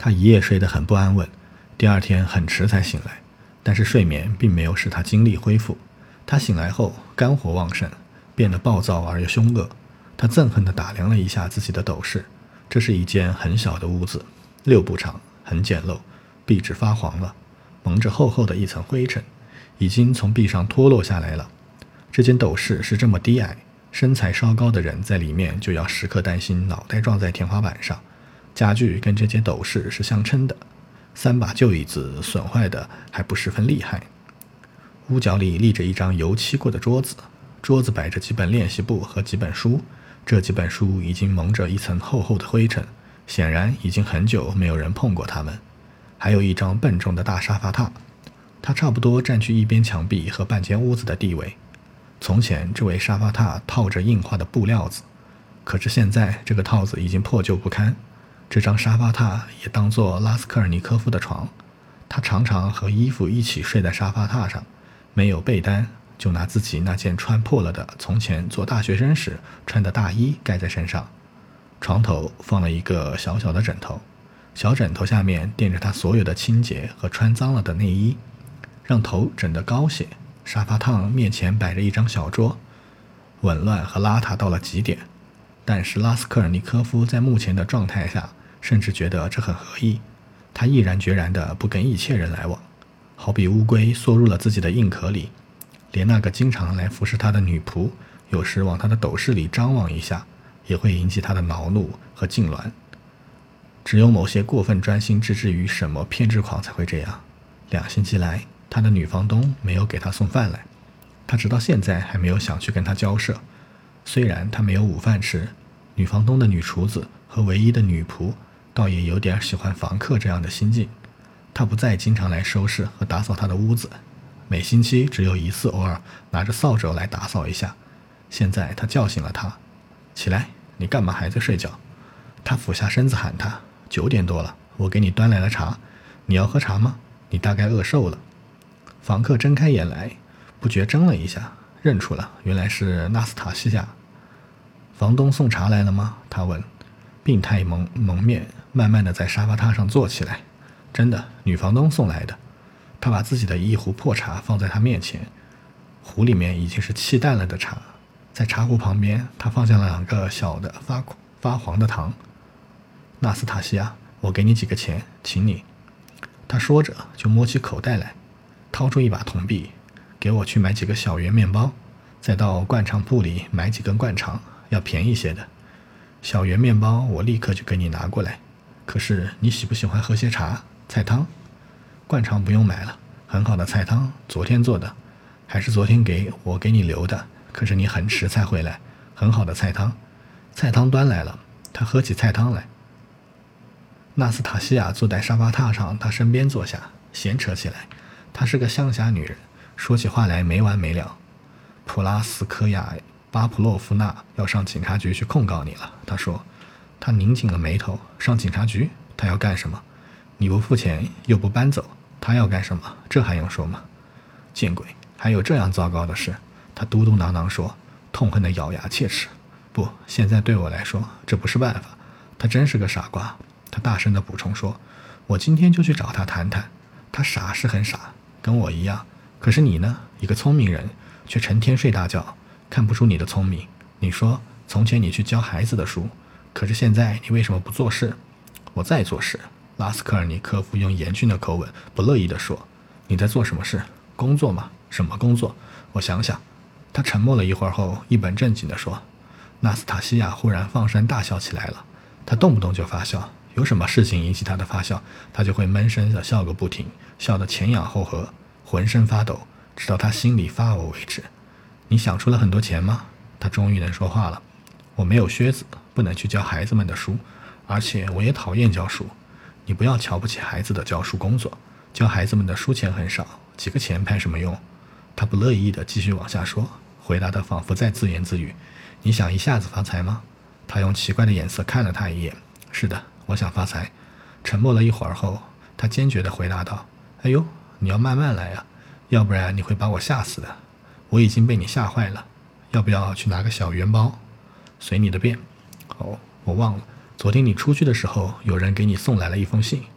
他一夜睡得很不安稳，第二天很迟才醒来，但是睡眠并没有使他精力恢复。他醒来后肝火旺盛，变得暴躁而又凶恶。他憎恨地打量了一下自己的斗室，这是一间很小的屋子，6步长，很简陋，壁纸发黄了，蒙着厚厚的一层灰尘，已经从壁上脱落下来了。这间斗室是这么低矮，身材稍高的人在里面就要时刻担心脑袋撞在天花板上。家具跟这间斗室是相称的，3把旧椅子损坏的还不十分厉害。屋角里立着一张油漆过的桌子，桌子摆着几本练习簿和几本书，这几本书已经蒙着一层厚厚的灰尘，显然已经很久没有人碰过它们。还有一张笨重的大沙发榻，它差不多占据一边墙壁和半间屋子的地位。从前这位沙发榻套着硬化的布料子，可是现在这个套子已经破旧不堪。这张沙发榻也当作拉斯科尔尼科夫的床，他常常和衣服一起睡在沙发榻上，没有被单，就拿自己那件穿破了的从前做大学生时穿的大衣盖在身上。床头放了一个小小的枕头，小枕头下面垫着他所有的清洁和穿脏了的内衣，让头枕得高些。沙发榻面前摆着一张小桌，紊乱和邋遢到了极点，但是拉斯科尔尼科夫在目前的状态下甚至觉得这很合意。他毅然决然地不跟一切人来往，好比乌龟缩入了自己的硬壳里。连那个经常来服侍他的女仆有时往他的斗室里张望一下，也会引起他的恼怒和痉挛。只有某些过分专心致志于什么偏执狂才会这样。2星期来，他的女房东没有给他送饭来，他直到现在还没有想去跟他交涉。虽然他没有午饭吃，女房东的女厨子和唯一的女仆倒也有点喜欢房客这样的心境。他不再经常来收拾和打扫他的屋子，每星期只有1次偶尔拿着扫帚来打扫一下。现在他叫醒了他，起来，你干嘛还在睡觉？他俯下身子喊他，9点多了，我给你端来了茶，你要喝茶吗？你大概饿瘦了。房客睁开眼来，不觉怔了一下，认出了，原来是纳斯塔西亚。房东送茶来了吗？他问。病态蒙面，慢慢地在沙发榻上坐起来。真的，女房东送来的。他把自己的一壶破茶放在他面前，壶里面已经是气淡了的茶，在茶壶旁边他放下了2个小的发黄的糖。纳斯塔西亚，我给你几个钱，请你。他说着就摸起口袋来，掏出一把铜币，给我去买几个小圆面包，再到灌肠铺里买几根灌肠，要便宜些的。小圆面包我立刻就给你拿过来，可是你喜不喜欢喝些茶、菜汤？灌肠不用买了，很好的菜汤，昨天做的，还是昨天给你留的，可是你很迟才回来，很好的菜汤。菜汤端来了，他喝起菜汤来。纳斯塔西亚坐在沙发榻上他身边坐下，闲扯起来。她是个乡下女人，说起话来没完没了。普拉斯科亚巴普洛夫娜要上警察局去控告你了，她说。她拧紧了眉头，上警察局？她要干什么？你不付钱又不搬走，她要干什么？这还用说吗？见鬼，还有这样糟糕的事！她嘟嘟囔囔说，痛恨地咬牙切齿。不，现在对我来说这不是办法。她真是个傻瓜。他大声地补充说，我今天就去找他谈谈。他傻是很傻，跟我一样，可是你呢，一个聪明人，却成天睡大觉，看不出你的聪明。你说从前你去教孩子的书，可是现在你为什么不做事？我在做事。拉斯科尔尼科夫用严峻的口吻不乐意地说，你在做什么事？工作吗？什么工作？我想想。他沉默了一会儿后一本正经地说。纳斯塔西亚忽然放声大笑起来了，他动不动就发笑，有什么事情引起他的发笑，他就会闷声地笑个不停，笑得前仰后合，浑身发抖，直到他心里发呕为止。你想出了很多钱吗？他终于能说话了。我没有靴子，不能去教孩子们的书，而且我也讨厌教书。你不要瞧不起孩子的教书工作，教孩子们的书钱很少，几个钱派什么用？他不乐意地继续往下说，回答得仿佛在自言自语。你想一下子发财吗？他用奇怪的眼色看了他一眼。是的，我想发财。沉默了一会儿后，他坚决地回答道，哎呦，你要慢慢来啊，要不然你会把我吓死的。我已经被你吓坏了，要不要去拿个小圆包？随你的便。哦，我忘了，昨天你出去的时候，有人给你送来了一封信。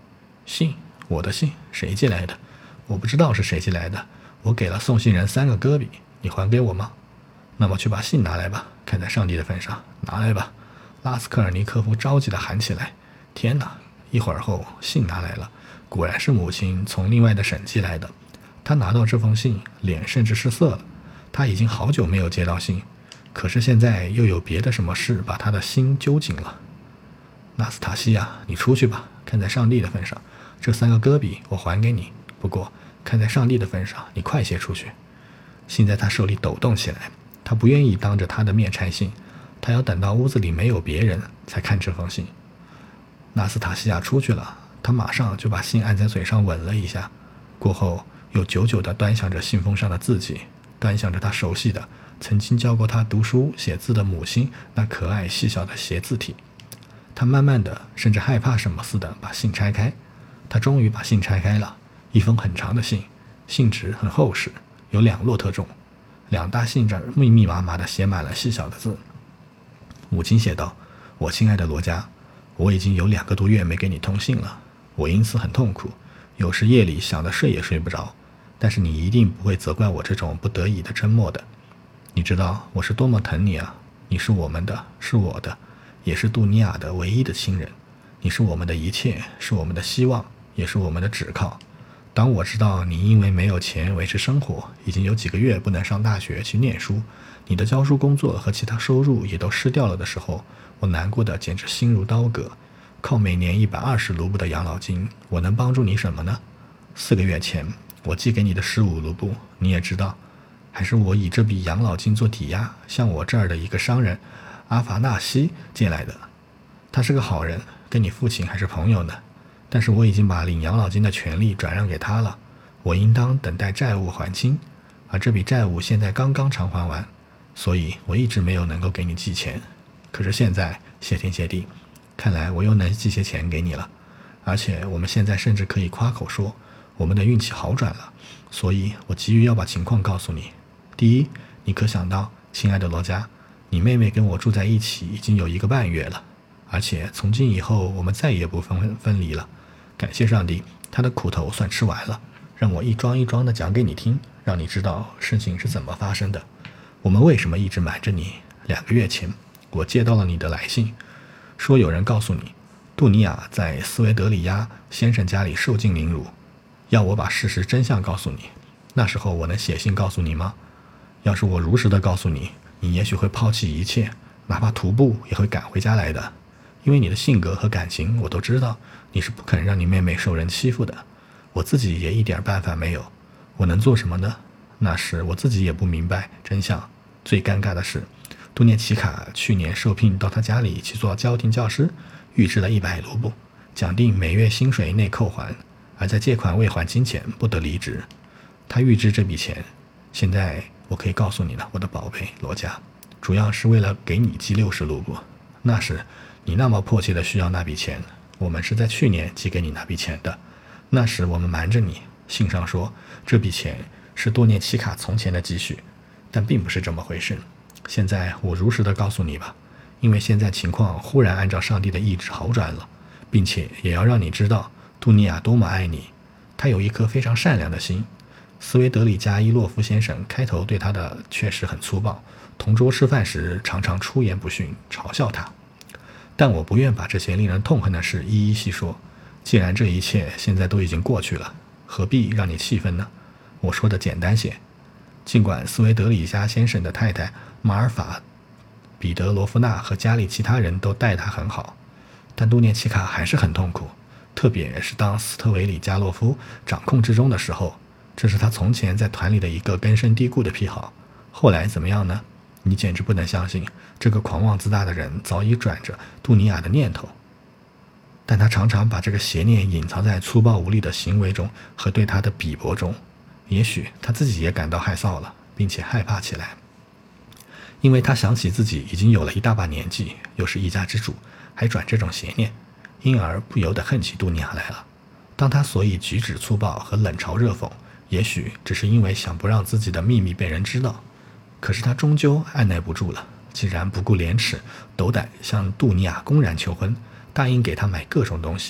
信？我的信？谁寄来的？我不知道是谁寄来的。我给了送信人3个戈比，你还给我吗？那么去把信拿来吧，看在上帝的份上，拿来吧。拉斯科尔尼科夫着急地喊起来。天哪！一会儿后，信拿来了，果然是母亲从另外的省寄来的。他拿到这封信，脸甚至失色了。他已经好久没有接到信，可是现在又有别的什么事把他的心揪紧了。纳斯塔西亚，你出去吧，看在上帝的份上，这3个戈比我还给你。不过，看在上帝的份上，你快些出去。信在他手里抖动起来，他不愿意当着他的面拆信，他要等到屋子里没有别人才看这封信。纳斯塔西亚出去了，他马上就把信按在嘴上吻了一下，过后又久久地端详着信封上的字迹，端详着他熟悉的曾经教过他读书写字的母亲那可爱细小的斜字体。他慢慢的，甚至害怕什么似的把信拆开。他终于把信拆开了，一封很长的信，信纸很厚实，有2摞特重，2大信纸密密麻麻地写满了细小的字。母亲写道：我亲爱的罗家，我已经有2个多月没给你通信了，我因此很痛苦，有时夜里想得睡也睡不着，但是你一定不会责怪我这种不得已的沉默的。你知道我是多么疼你啊，你是我们的，是我的，也是杜尼亚的唯一的亲人，你是我们的一切，是我们的希望，也是我们的指靠。当我知道你因为没有钱维持生活，已经有几个月不能上大学去念书，你的教书工作和其他收入也都失掉了的时候，我难过的简直心如刀割。靠每年120卢布的养老金，我能帮助你什么呢？4个月前我寄给你的15卢布，你也知道，还是我以这笔养老金做抵押，向我这儿的一个商人阿法纳西借来的。他是个好人，跟你父亲还是朋友呢。但是我已经把领养老金的权利转让给他了，我应当等待债务还清，而这笔债务现在刚刚偿还完，所以我一直没有能够给你寄钱。可是现在，谢天谢地，看来我又能寄些钱给你了，而且我们现在甚至可以夸口说，我们的运气好转了，所以我急于要把情况告诉你。第一，你可想到，亲爱的罗家，你妹妹跟我住在一起已经有1个半月了，而且从今以后我们再也不分离了。感谢上帝，他的苦头算吃完了，让我一桩一桩的讲给你听，让你知道事情是怎么发生的。我们为什么一直瞒着你？2个月前，我接到了你的来信，说有人告诉你，杜尼亚在斯维德里亚先生家里受尽凌辱，要我把事实真相告诉你。那时候我能写信告诉你吗？要是我如实的告诉你，你也许会抛弃一切，哪怕徒步也会赶回家来的。因为你的性格和感情我都知道，你是不肯让你妹妹受人欺负的。我自己也一点办法没有，我能做什么呢？那时我自己也不明白真相。最尴尬的是，杜涅奇卡去年受聘到他家里去做家庭教师，预支了100卢布，讲定每月薪水内扣还，而在借款未还清前不得离职。他预支这笔钱，现在我可以告诉你了，我的宝贝罗家，主要是为了给你寄60卢布。那时你那么迫切的需要那笔钱，我们是在去年寄给你那笔钱的。那时我们瞒着你，信上说这笔钱是多涅奇卡从前的积蓄，但并不是这么回事。现在我如实的告诉你吧，因为现在情况忽然按照上帝的意志好转了，并且也要让你知道杜尼亚多么爱你。他有一颗非常善良的心。斯维德里加伊洛夫先生开头对他的确实很粗暴，同桌吃饭时常常出言不逊，嘲笑他。但我不愿把这些令人痛恨的事一一细说，既然这一切现在都已经过去了，何必让你气愤呢？我说的简单些。尽管斯维德里加先生的太太马尔法·彼得罗夫娜和家里其他人都待他很好，但杜涅奇卡还是很痛苦，特别是当斯特维里加洛夫掌控之中的时候，这是他从前在团里的一个根深蒂固的癖好。后来怎么样呢？你简直不能相信，这个狂妄自大的人早已转着杜尼亚的念头，但他常常把这个邪念隐藏在粗暴无力的行为中和对他的鄙薄中。也许他自己也感到害臊了，并且害怕起来，因为他想起自己已经有了一大把年纪，又是一家之主，还转这种邪念，因而不由得恨起杜尼亚来了。当他所以举止粗暴和冷嘲热讽，也许只是因为想不让自己的秘密被人知道，可是他终究按耐不住了，竟然不顾廉耻，斗胆向杜尼亚公然求婚，答应给他买各种东西，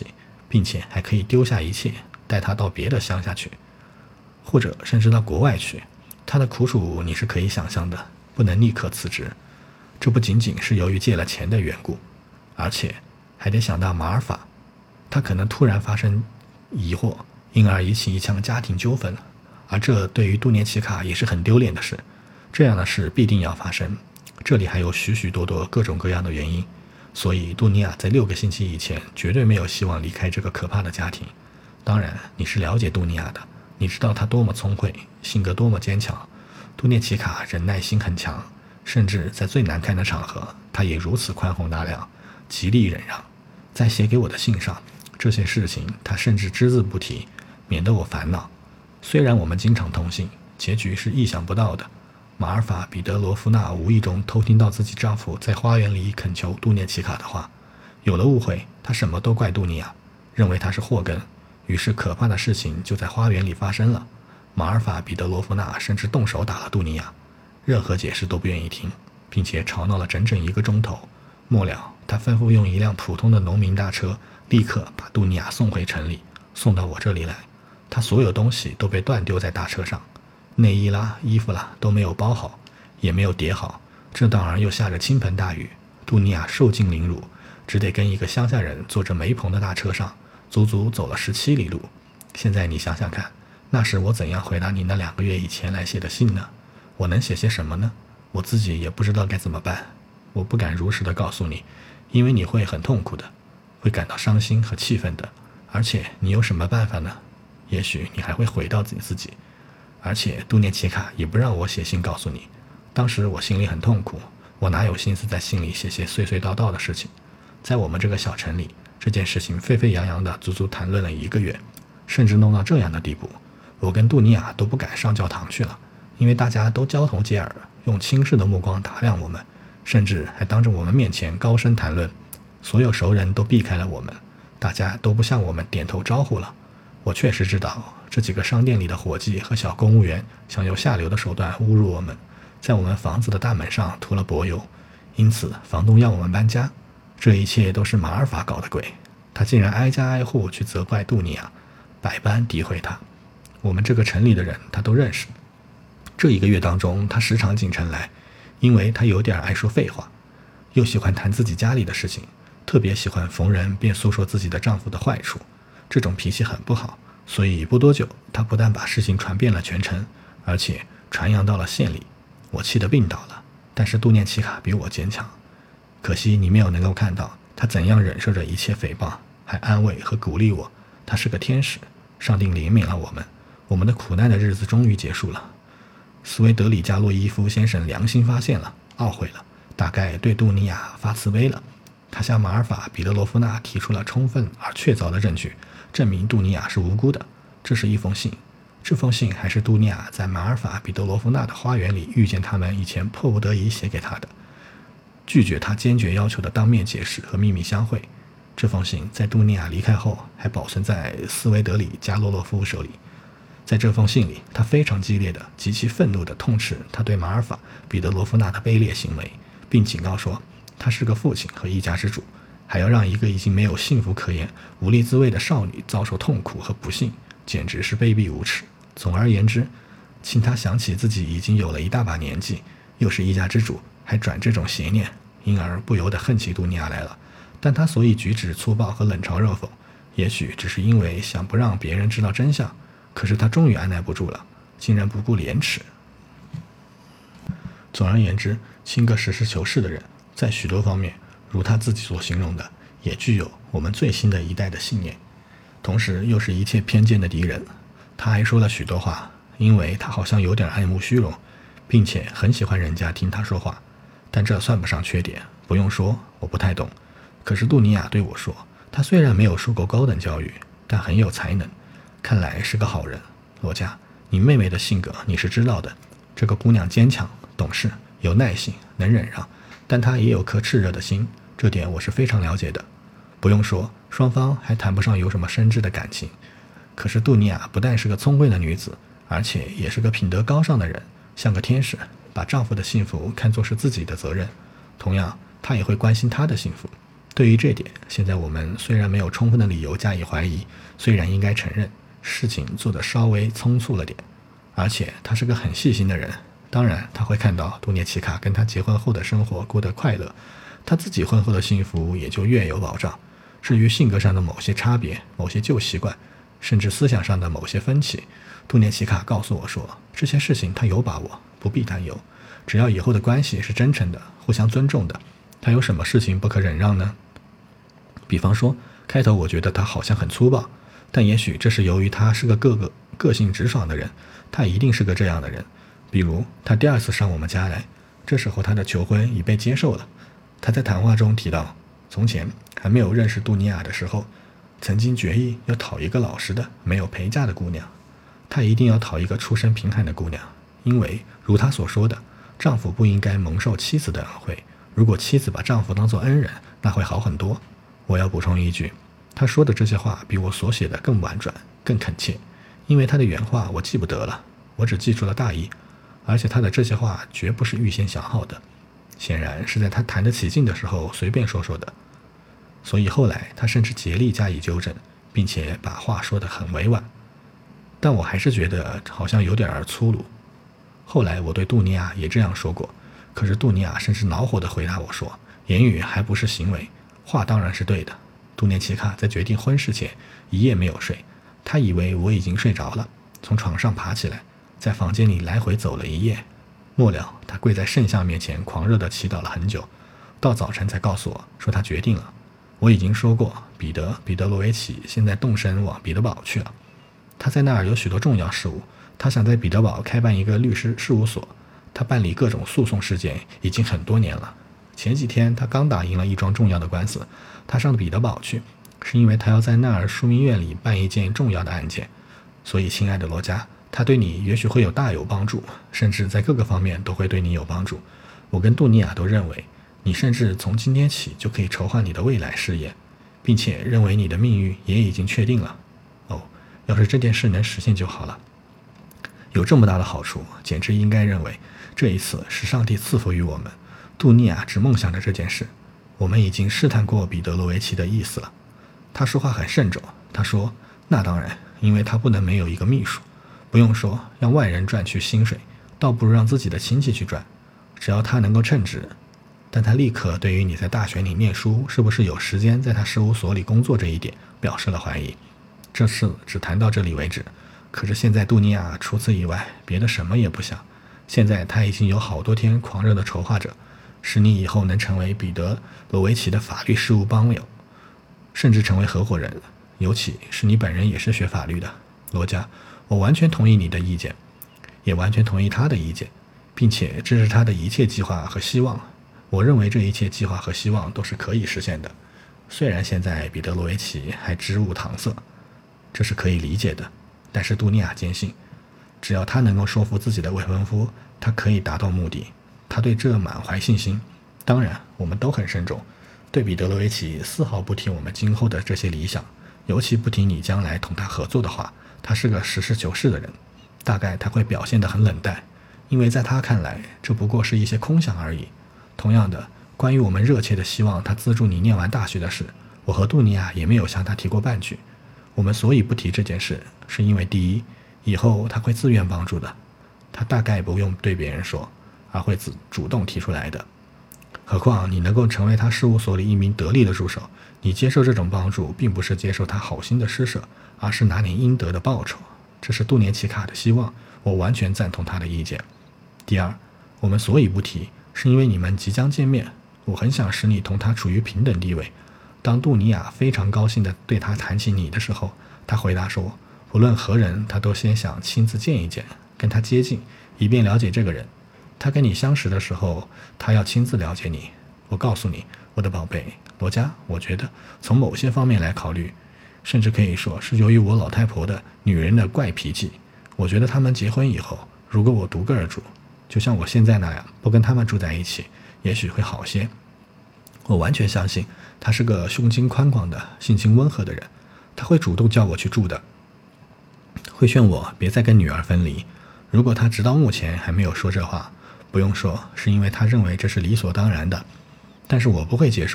并且还可以丢下一切，带他到别的乡下去，或者甚至到国外去。他的苦楚你是可以想象的，不能立刻辞职。这不仅仅是由于借了钱的缘故，而且还得想到马尔法，他可能突然发生疑惑，因而引起一场家庭纠纷，而这对于杜涅奇卡也是很丢脸的事。这样的事必定要发生，这里还有许许多多各种各样的原因，所以杜尼亚在6个星期以前绝对没有希望离开这个可怕的家庭。当然，你是了解杜尼亚的，你知道他多么聪慧，性格多么坚强。杜涅奇卡忍耐心很强，甚至在最难堪的场合，他也如此宽宏大量，极力忍让。在写给我的信上，这些事情他甚至只字不提，免得我烦恼。虽然我们经常通信，结局是意想不到的。马尔法·彼得罗夫娜无意中偷听到自己丈夫在花园里恳求杜涅奇卡的话，有了误会，她什么都怪杜尼亚，认为她是祸根，于是可怕的事情就在花园里发生了。马尔法·彼得罗夫娜甚至动手打了杜尼亚，任何解释都不愿意听，并且吵闹了整整1个钟头。末了，她吩咐用一辆普通的农民大车立刻把杜尼亚送回城里，送到我这里来。她所有东西都被断丢在大车上，内衣啦、衣服啦都没有包好，也没有叠好。这当然又下着倾盆大雨，杜尼亚受尽凌辱，只得跟一个乡下人坐着煤棚的大车上，足足走了17里路。现在你想想看，那时我怎样回答你那2个月以前来写的信呢？我能写些什么呢？我自己也不知道该怎么办。我不敢如实的告诉你，因为你会很痛苦的，会感到伤心和气愤的。而且你有什么办法呢？也许你还会回到自己。而且杜涅奇卡也不让我写信告诉你，当时我心里很痛苦，我哪有心思在信里写些碎碎叨叨的事情。在我们这个小城里，这件事情沸沸扬扬的足足谈论了1个月，甚至弄到这样的地步，我跟杜尼亚都不敢上教堂去了，因为大家都交头接耳，用轻视的目光打量我们，甚至还当着我们面前高声谈论。所有熟人都避开了我们，大家都不向我们点头招呼了。我确实知道这几个商店里的伙计和小公务员想用下流的手段侮辱我们，在我们房子的大门上涂了柏油，因此房东要我们搬家。这一切都是马尔法搞的鬼，他竟然挨家挨户去责怪杜尼亚，百般诋毁他。我们这个城里的人他都认识。这1个月当中，他时常进城来，因为他有点爱说废话，又喜欢谈自己家里的事情，特别喜欢逢人便诉说自己的丈夫的坏处。这种脾气很不好，所以不多久，他不但把事情传遍了全城，而且传扬到了县里。我气得病倒了，但是杜涅奇卡比我坚强。可惜你没有能够看到他怎样忍受着一切诽谤，还安慰和鼓励我。他是个天使，上帝怜悯了我们，我们的苦难的日子终于结束了。斯维德里加洛伊夫先生良心发现了，懊悔了，大概对杜尼亚发慈悲了。他向马尔法·彼得罗夫娜提出了充分而确凿的证据，证明杜尼亚是无辜的。这是一封信，这封信还是杜尼亚在马尔法·彼得罗夫娜的花园里遇见他们以前迫不得已写给他的，拒绝他坚决要求的当面解释和秘密相会。这封信在杜尼亚离开后还保存在斯维德里加洛洛夫手里。在这封信里，他非常激烈的、极其愤怒的痛斥他对马尔法·彼得罗夫娜的卑劣行为，并警告说他是个父亲和一家之主，还要让一个已经没有幸福可言、无力自卫的少女遭受痛苦和不幸，简直是卑鄙无耻。总而言之，请他想起自己已经有了一大把年纪，又是一家之主，还转这种邪念，因而不由得恨起杜尼亚来了。但他所以举止粗暴和冷嘲热讽，也许只是因为想不让别人知道真相。可是他终于按耐不住了，竟然不顾廉耻。总而言之，辛格实事求是的人，在许多方面，如他自己所形容的，也具有我们最新的一代的信念，同时又是一切偏见的敌人。他还说了许多话，因为他好像有点爱慕虚荣，并且很喜欢人家听他说话。但这算不上缺点，不用说，我不太懂。可是杜尼亚对我说，他虽然没有受过高等教育，但很有才能，看来是个好人。罗加，你妹妹的性格你是知道的，这个姑娘坚强、懂事、有耐性、能忍让，但她也有颗炽热的心，这点我是非常了解的。不用说，双方还谈不上有什么深挚的感情。可是杜尼亚不但是个聪慧的女子，而且也是个品德高尚的人，像个天使，把丈夫的幸福看作是自己的责任。同样，她也会关心他的幸福。 对于这点，现在我们虽然没有充分的理由加以怀疑，虽然应该承认事情做得稍微匆促了点，而且他是个很细心的人。当然，他会看到杜涅奇卡跟他结婚后的生活过得快乐，他自己婚后的幸福也就越有保障。至于性格上的某些差别、某些旧习惯，甚至思想上的某些分歧，杜涅奇卡告诉我说，这些事情他有把握，不必担忧。只要以后的关系是真诚的、互相尊重的，他有什么事情不可忍让呢？比方说，开头我觉得他好像很粗暴，但也许这是由于他是个个性直爽的人，他一定是个这样的人。比如他第二次上我们家来，这时候他的求婚已被接受了。他在谈话中提到，从前还没有认识杜尼亚的时候，曾经决意要讨一个老实的、没有陪嫁的姑娘。他一定要讨一个出身贫寒的姑娘，因为如他所说的，丈夫不应该蒙受妻子的恩惠。如果妻子把丈夫当作恩人，那会好很多。我要补充一句，他说的这些话比我所写的更婉转、更恳切，因为他的原话我记不得了，我只记住了大意。而且他的这些话绝不是预先想好的，显然是在他谈得起劲的时候随便说说的。所以后来他甚至竭力加以纠正，并且把话说得很委婉，但我还是觉得好像有点粗鲁。后来我对杜尼亚也这样说过，可是杜尼亚甚至恼火地回答我说，言语还不是行为，话当然是对的。杜涅奇卡在决定婚事前一夜没有睡，他以为我已经睡着了，从床上爬起来，在房间里来回走了一夜。末了，他跪在圣像面前狂热地祈祷了很久，到早晨才告诉我说他决定了。我已经说过，彼得罗维奇现在动身往彼得堡去了，他在那儿有许多重要事务，他想在彼得堡开办一个律师事务所。他办理各种诉讼事件已经很多年了，前几天他刚打赢了一桩重要的官司。他上彼得堡去，是因为他要在那儿枢密院里办一件重要的案件。所以亲爱的罗加，他对你也许会有大有帮助，甚至在各个方面都会对你有帮助。我跟杜尼亚都认为，你甚至从今天起就可以筹划你的未来事业，并且认为你的命运也已经确定了。哦，要是这件事能实现就好了。有这么大的好处，简直应该认为这一次是上帝赐福于我们。杜尼亚只梦想着这件事，我们已经试探过彼得罗维奇的意思了。他说话很慎重，他说，那当然，因为他不能没有一个秘书。不用说，让外人赚取薪水，倒不如让自己的亲戚去赚，只要他能够称职。但他立刻对于你在大学里念书是不是有时间在他事务所里工作这一点表示了怀疑。这次只谈到这里为止，可是现在杜尼亚除此以外别的什么也不想。现在他已经有好多天狂热的筹划着，使你以后能成为彼得罗维奇的法律事务帮友，甚至成为合伙人，尤其是你本人也是学法律的。罗加，我完全同意你的意见，也完全同意他的意见，并且支持他的一切计划和希望。我认为这一切计划和希望都是可以实现的，虽然现在彼得罗维奇还支吾搪塞，这是可以理解的。但是杜尼亚坚信，只要他能够说服自己的未婚夫，他可以达到目的。他对这满怀信心。当然我们都很慎重，对彼得罗维奇丝毫不提我们今后的这些理想，尤其不提你将来同他合作的话。他是个实事求是的人，大概他会表现得很冷淡，因为在他看来这不过是一些空想而已。同样的，关于我们热切的希望他资助你念完大学的事，我和杜尼亚也没有向他提过半句。我们所以不提这件事，是因为第一，以后他会自愿帮助的，他大概不用对别人说，而会主动提出来的。何况你能够成为他事务所里一名得力的助手，你接受这种帮助并不是接受他好心的施舍，而是拿你应得的报酬。这是杜涅奇卡的希望，我完全赞同他的意见。第二，我们所以不提，是因为你们即将见面，我很想使你同他处于平等地位。当杜尼亚非常高兴地对他谈起你的时候，他回答说，无论何人他都先想亲自见一见，跟他接近，以便了解这个人。他跟你相识的时候，他要亲自了解你。我告诉你，我的宝贝罗加，我觉得从某些方面来考虑，甚至可以说是由于我老太婆的女人的怪脾气，我觉得他们结婚以后，如果我独个儿住，就像我现在那样，不跟他们住在一起，也许会好些。我完全相信他是个胸襟宽广的、性情温和的人，他会主动叫我去住的，会劝我别再跟女儿分离。如果他直到目前还没有说这话，不用说，是因为他认为这是理所当然的。但是我不会接受，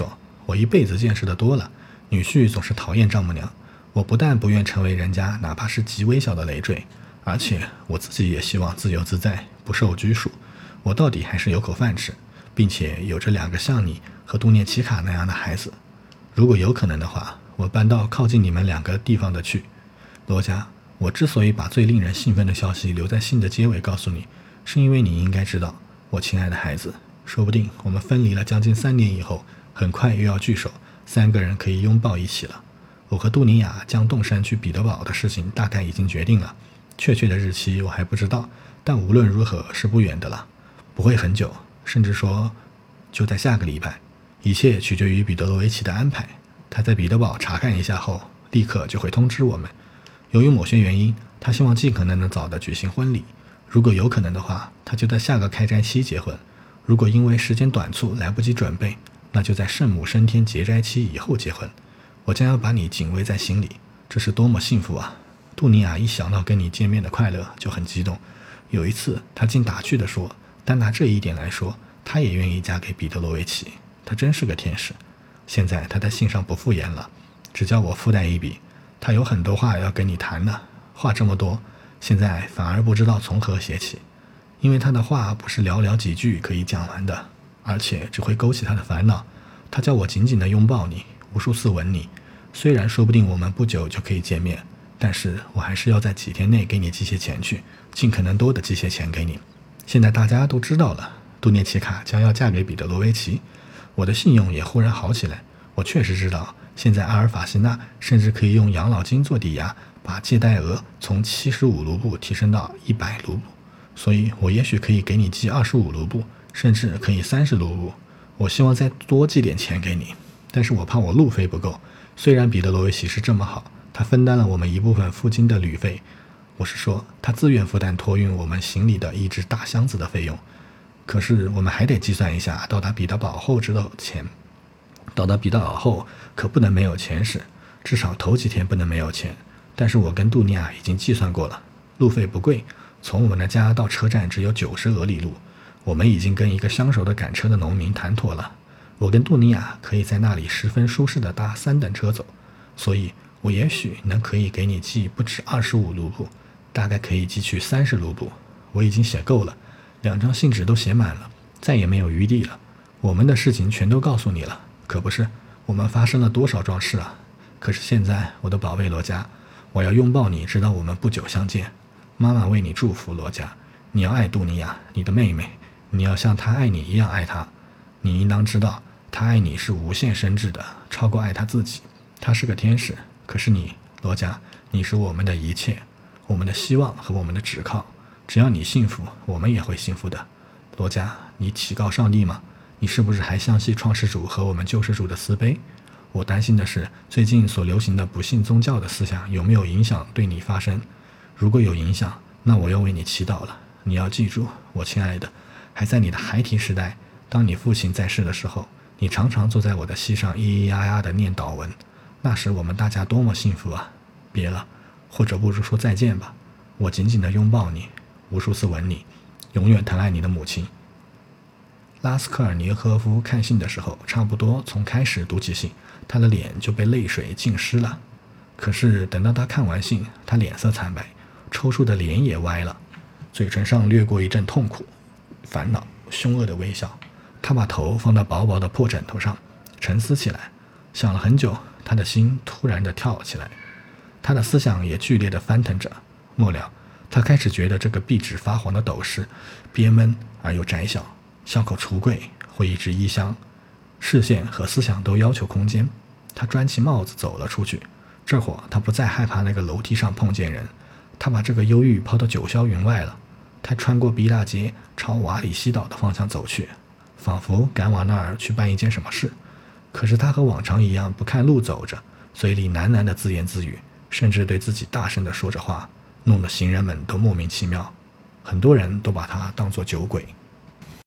我一辈子见识的多了，女婿总是讨厌丈母娘。我不但不愿成为人家哪怕是极微小的累赘，而且我自己也希望自由自在，不受拘束。我到底还是有口饭吃，并且有着2个像你和杜涅奇卡那样的孩子。如果有可能的话，我搬到靠近你们2个地方的去。罗家，我之所以把最令人兴奋的消息留在信的结尾告诉你，是因为你应该知道，我亲爱的孩子，说不定我们分离了将近3年以后，很快又要聚首，3个人可以拥抱一起了。我和杜尼亚将动身去彼得堡的事情大概已经决定了，确切的日期我还不知道，但无论如何是不远的了，不会很久，甚至说就在下个礼拜。一切取决于彼得罗维奇的安排，他在彼得堡查看一下后，立刻就会通知我们。由于某些原因，他希望尽可能的早的举行婚礼，如果有可能的话，他就在下个开斋期结婚；如果因为时间短促来不及准备，那就在圣母升天节斋期以后结婚。我将要把你紧偎在心里，这是多么幸福啊！杜尼亚一想到跟你见面的快乐就很激动。有一次他竟打趣地说，单拿这一点来说，他也愿意嫁给彼得罗维奇，他真是个天使。现在他在信上不敷衍了，只叫我附带一笔，他有很多话要跟你谈呢。话这么多，现在反而不知道从何写起，因为他的话不是寥寥几句可以讲完的，而且只会勾起他的烦恼。他叫我紧紧地拥抱你，无数次吻你，虽然说不定我们不久就可以见面，但是我还是要在几天内给你寄些钱去，尽可能多的寄些钱给你。现在大家都知道了，杜涅奇卡将要嫁给彼得罗维奇，我的信用也忽然好起来。我确实知道，现在阿尔法西纳甚至可以用养老金做抵押，把借贷额从75卢布提升到100卢布，所以我也许可以给你寄25卢布，甚至可以30卢布。我希望再多寄点钱给你，但是我怕我路费不够。虽然彼得罗维奇是这么好，他分担了我们一部分赴京的旅费，我是说他自愿负担托运我们行李的1只大箱子的费用，可是我们还得计算一下到达彼得堡后知道钱。到达彼得堡后可不能没有钱使，至少头几天不能没有钱。但是我跟杜尼亚已经计算过了，路费不贵，从我们的家到车站只有90俄里路。我们已经跟一个相熟的赶车的农民谈妥了，我跟杜尼亚可以在那里十分舒适的搭3等车走，所以我也许可以给你寄不止25卢布，大概可以寄去30卢布。我已经写够了，2张信纸都写满了，再也没有余地了。我们的事情全都告诉你了，可不是？我们发生了多少桩事啊！可是现在，我的宝贝罗家，我要拥抱你，直到我们不久相见。妈妈为你祝福，罗家，你要爱杜尼亚，你的妹妹，你要像她爱你一样爱她。你应当知道，她爱你是无限深挚的，超过爱她自己。她是个天使，可是你，罗家，你是我们的一切，我们的希望和我们的指靠。只要你幸福，我们也会幸福的。罗家，你祈告上帝吗？你是不是还相信创世主和我们救世主的慈悲？我担心的是，最近所流行的不信宗教的思想有没有影响对你发生？如果有影响，那我要为你祈祷了。你要记住，我亲爱的，还在你的孩提时代，当你父亲在世的时候，你常常坐在我的膝上咿咿呀呀地念祷文，那时我们大家多么幸福啊！别了，或者不如说再见吧。我紧紧地拥抱你，无数次吻你，永远疼爱你的母亲。拉斯科尔尼科夫看信的时候，差不多从开始读起信，他的脸就被泪水浸湿了。可是等到他看完信，他脸色惨白，抽搐的脸也歪了，嘴唇上掠过一阵痛苦、烦恼、凶恶的微笑。他把头放到薄薄的破枕头上，沉思起来，想了很久，他的心突然地跳了起来，他的思想也剧烈地翻腾着。末了，他开始觉得这个壁纸发黄的斗室憋闷而又窄小，像口橱柜或一只衣箱，视线和思想都要求空间。他钻起帽子走了出去，这会儿他不再害怕那个楼梯上碰见人，他把这个忧郁抛到九霄云外了。他穿过毕大街，朝瓦里西岛的方向走去，仿佛赶往那儿去办一件什么事。可是他和往常一样不看路走着，嘴里喃喃地自言自语，甚至对自己大声地说着话，弄得行人们都莫名其妙，很多人都把他当作酒鬼。